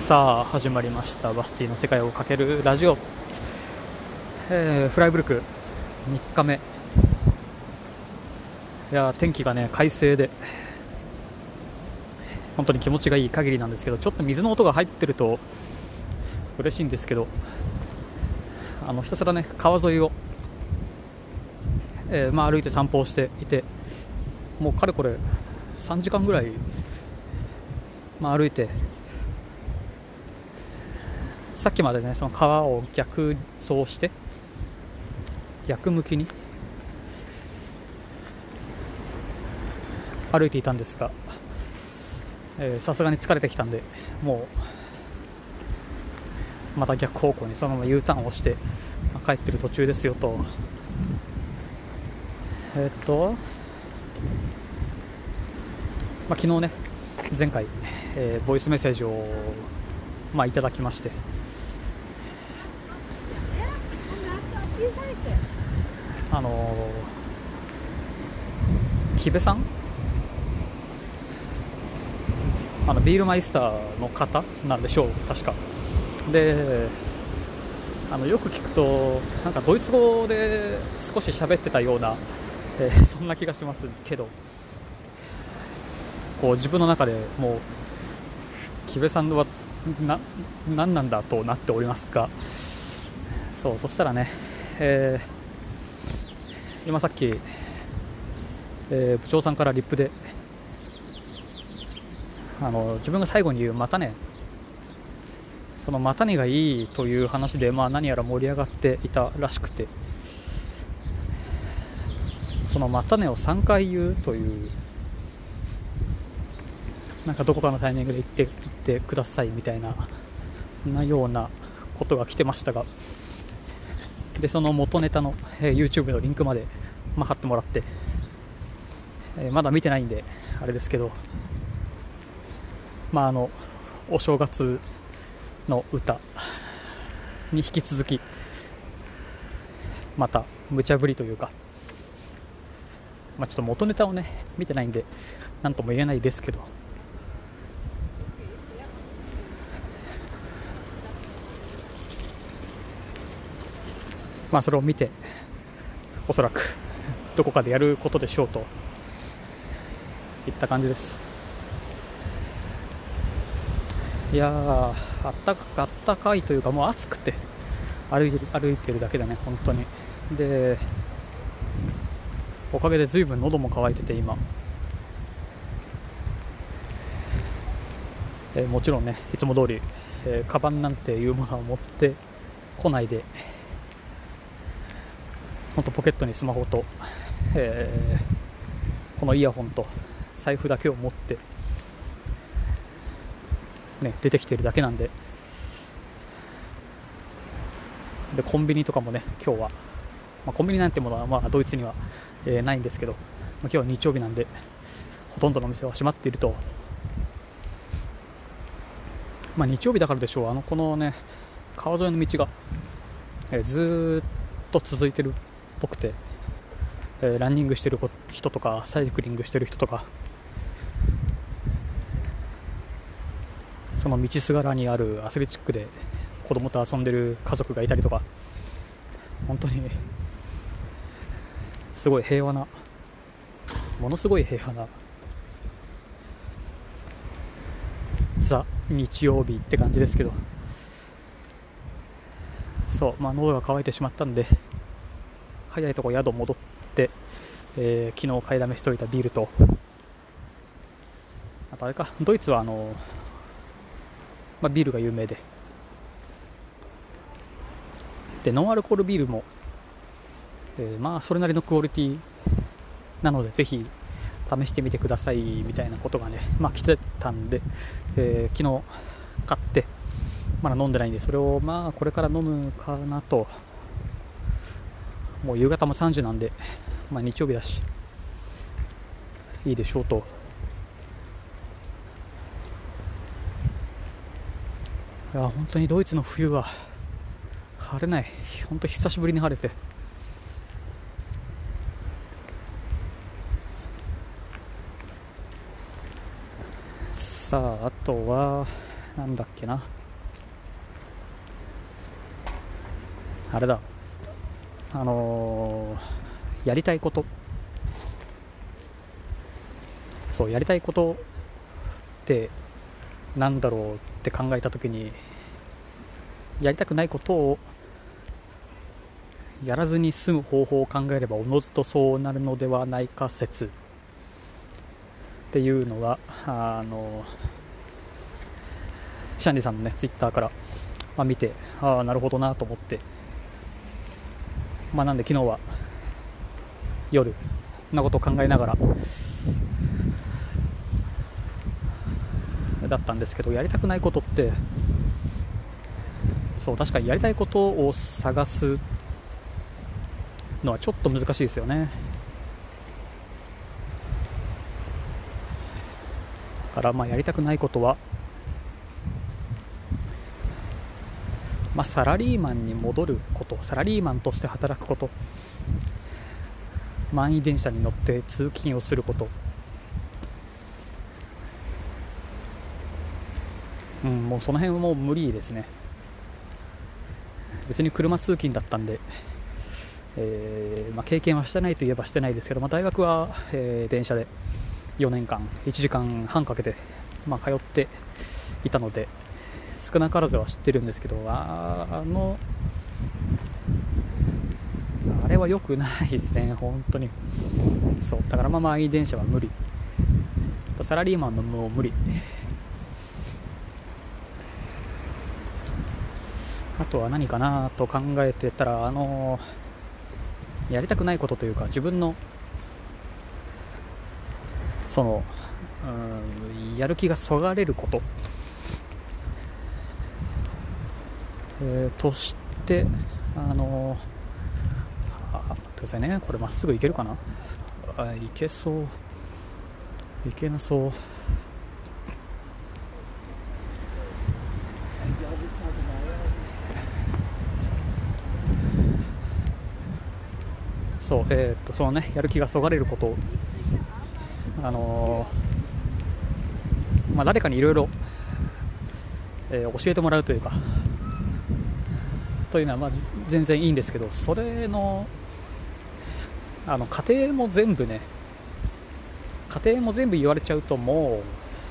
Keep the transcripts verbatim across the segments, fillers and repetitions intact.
さあ始まりました。バスティの世界をかけるラジオ、えー、フライブルクみっかめ。いや天気がね快晴で本当に気持ちがいい限りなんですけど、ちょっと水の音が入ってると嬉しいんですけど、あのひたすらね川沿いを、えーまあ、歩いて散歩をしていて、もうかれこれさんじかんぐらい、まあ、歩いて、さっきまでねその川を逆走して逆向きに歩いていたんですが、さすがに疲れてきたんで、もうまた逆方向にそのまま U ターンをして、まあ、帰ってる途中ですよと。えー、っと、まあ、昨日ね前回、えー、ボイスメッセージを、まあ、いただきまして、あのー、木部さん、あのビールマイスターの方なんでしょう確かで、あのよく聞くとなんかドイツ語で少し喋ってたような、えー、そんな気がしますけど、こう自分の中でもう木部さんはな何なんだとなっておりますが、そうそしたらね、えー今さっき、えー、部長さんからリップで、あの自分が最後に言うまたね、そのまたねがいいという話で、まあ、何やら盛り上がっていたらしくて、そのまたねをさんかい言うという、なんかどこかのタイミングで言って言ってくださいみたいななようなことが来てましたが、でその元ネタの、えー、YouTube のリンクまで、まあ、貼ってもらって、えー、まだ見てないんであれですけど、まああのお正月の歌に引き続きまた無茶ぶりというか、まあ、ちょっと元ネタをね見てないんで何とも言えないですけど、まあそれを見ておそらくどこかでやることでしょうといった感じです。いやーあったかあったかいというか、もう暑くて歩いてる歩いてるだけでね本当に。でおかげで随分喉も渇いてて今、えー、もちろんねいつも通り、えー、カバンなんていうものは持ってこないで、本当ポケットにスマホと、えー、このイヤホンと財布だけを持って、ね、出てきているだけなんで、でコンビニとかもね今日は、まあ、コンビニなんてものはまあドイツには、えー、ないんですけど、まあ、今日は日曜日なんでほとんどのお店は閉まっていると。まあ、日曜日だからでしょう、あのこのね川沿いの道が、えー、ずーっと続いてるっぽくて、えー、ランニングしてる人とかサイクリングしてる人とか、その道すがらにあるアスレチックで子供と遊んでる家族がいたりとか、本当にすごい平和な、ものすごい平和なザ日曜日って感じですけど、そう、まあ、喉が渇いてしまったんで早いとこ宿戻って、えー、昨日買いだめしておいたビールと、あとあれか、ドイツはあの、まあ、ビールが有名ででノンアルコールビールも、えー、まあそれなりのクオリティなのでぜひ試してみてくださいみたいなことがね、まあ来てたんで、えー、昨日買ってまだ飲んでないんで、それをまあこれから飲むかなと。もう夕方もさんじなんで、まあ日曜日だしいいでしょうと。いや本当にドイツの冬は晴れない、本当久しぶりに晴れて、さああとはなんだっけな、 あれだ、あのーやりたいこと、そうやりたいことってなんだろうって考えたときに、やりたくないことをやらずに済む方法を考えればおのずとそうなるのではないか説っていうのが、あのシャンディさんのねツイッターから、まあ、見て、ああなるほどなと思って、まあなんで昨日は夜こんなことを考えながらだったんですけど、やりたくないことって、そう確かにやりたいことを探すのはちょっと難しいですよね。だからまあやりたくないことは、まあ、サラリーマンに戻ること、サラリーマンとして働くこと、満員電車に乗って通勤をすること、うん、もうその辺はもう無理ですね。別に車通勤だったんで、えーまあ、経験はしてないといえばしてないですけど、まあ、大学は、えー電車でよねんかんいちじかんはんかけて、まあ、通っていたので少なからずは知ってるんですけど、ああのあれは良くないですね本当に。そうだからまあ満員電車は無理、サラリーマンのもう無理。あとは何かなと考えてたら、あのやりたくないことというか、自分のそのうんやる気がそがれること、えー、として、あのあ待ってくださいね、これまっすぐいけるかな、あいけそう、いけなそう。そう、えー、っとそのねやる気がそがれることを、あのーまあ、誰かにいろいろ教えてもらうというかというのはまあ全然いいんですけど、それのあの家庭も全部ね家庭も全部言われちゃうと、も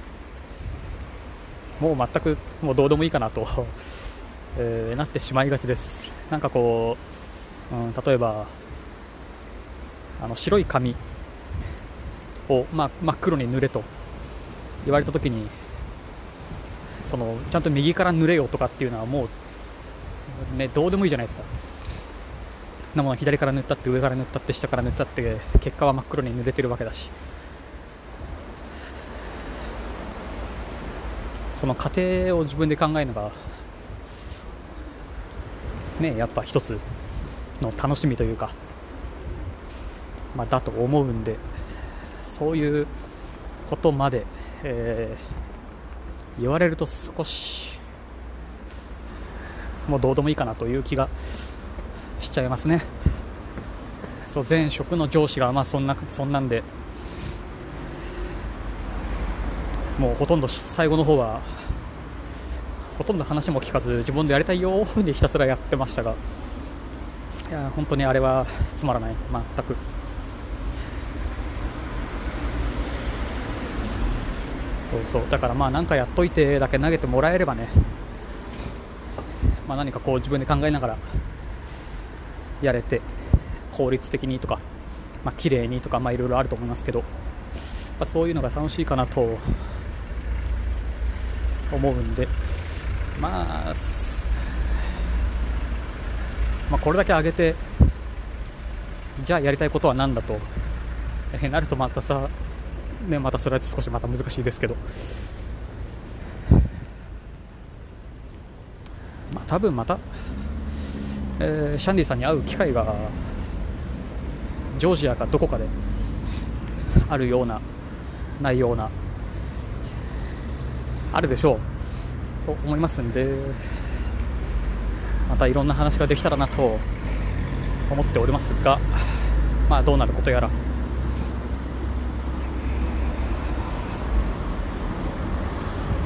うもう全くもうどうでもいいかなと、えーなってしまいがちです。なんかこう、うん、例えばあの白い紙を、まあ、真っ黒に塗れと言われたときに、そのちゃんと右から塗れよとかっていうのはもう、ね、どうでもいいじゃないですか。なもの左から塗ったって上から塗ったって下から塗ったって結果は真っ黒に塗れてるわけだし、その過程を自分で考えるのがねやっぱ一つの楽しみというか、まあ、だと思うんで、そういうことまで、えー、言われると少しもうどうでもいいかなという気がしちゃいますね。そう前職の上司がまあそんなそんなんで、もうほとんど最後の方はほとんど話も聞かず自分でやりたいようにひたすらやってましたが、いや本当にあれはつまらない、全く。そうそうだからまあ何かやっといてだけ投げてもらえればね、まあ、何かこう自分で考えながらやれて効率的にとか、まあ綺麗にとか、まあいろいろあると思いますけど、まあ、そういうのが楽しいかなと思うんで、まあ、まあこれだけ上げてじゃあやりたいことは何だとなるとまたさね、またそれは少しまた難しいですけど、まあ、多分また、えーシャンディさんに会う機会がジョージアかどこかであるようなないようなあるでしょうと思いますんで、またいろんな話ができたらなと思っておりますが、まあどうなることやら。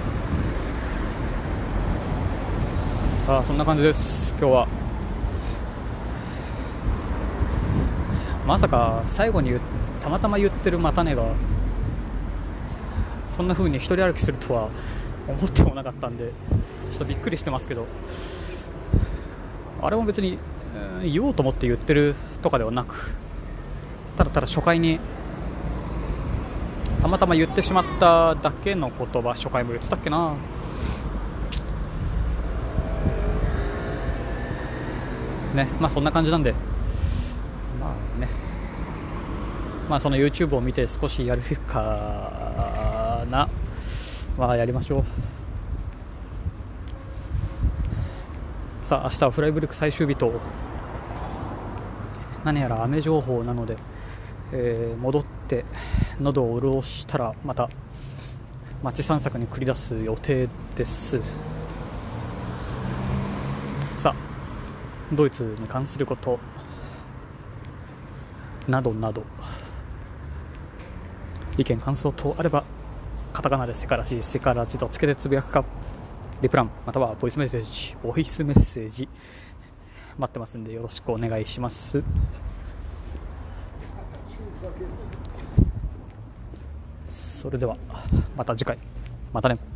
さあそんな感じです今日は。 まさか最後にたまたま言ってるまたねがそんな風に一人歩きするとは思ってもなかったんで、ちょっとびっくりしてますけど、あれも別に、えー、言おうと思って言ってるとかではなく、ただただ初回にたまたま言ってしまっただけの言葉。初回も言ってたっけな。ね、まあそんな感じなんで、まあね、まあその YouTube を見て少しやるかなはやりましょう。さあ明日はフライブルク最終日と、何やら雨情報なので、えー、戻って喉を潤したらまた街散策に繰り出す予定です。さあドイツに関することなどなど意見感想等あればカタカナでセカラジセカラジとつけてつぶやくか、リプランまたはボイスメッセージボイスメッセージ待ってますんでよろしくお願いします。それではまた次回、またね。